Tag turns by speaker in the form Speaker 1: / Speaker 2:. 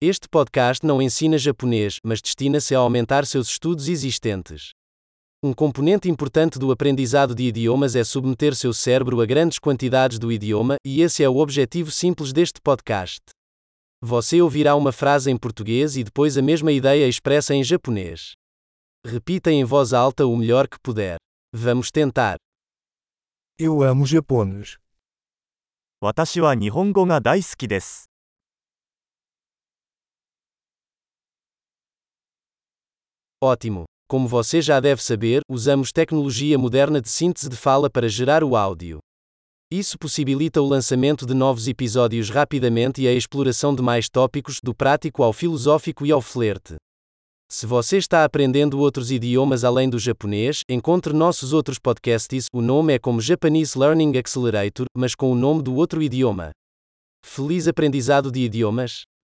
Speaker 1: Este podcast não ensina japonês, mas destina-se a aumentar seus estudos existentes. Um componente importante do aprendizado de idiomas é submeter seu cérebro a grandes quantidades do idioma, e esse é o objetivo simples deste podcast. Você ouvirá uma frase em português e depois a mesma ideia expressa em japonês. Repita em voz alta o melhor que puder. Vamos tentar.
Speaker 2: Eu amo japonês.
Speaker 3: 私は日本語が大好きです。
Speaker 1: Ótimo! Como você já deve saber, usamos tecnologia moderna de síntese de fala para gerar o áudio. Isso possibilita o lançamento de novos episódios rapidamente e a exploração de mais tópicos, do prático ao filosófico e ao flerte. Se você está aprendendo outros idiomas além do japonês, encontre nossos outros podcasts. O nome é como Japanese Learning Accelerator, mas com o nome do outro idioma. Feliz aprendizado de idiomas!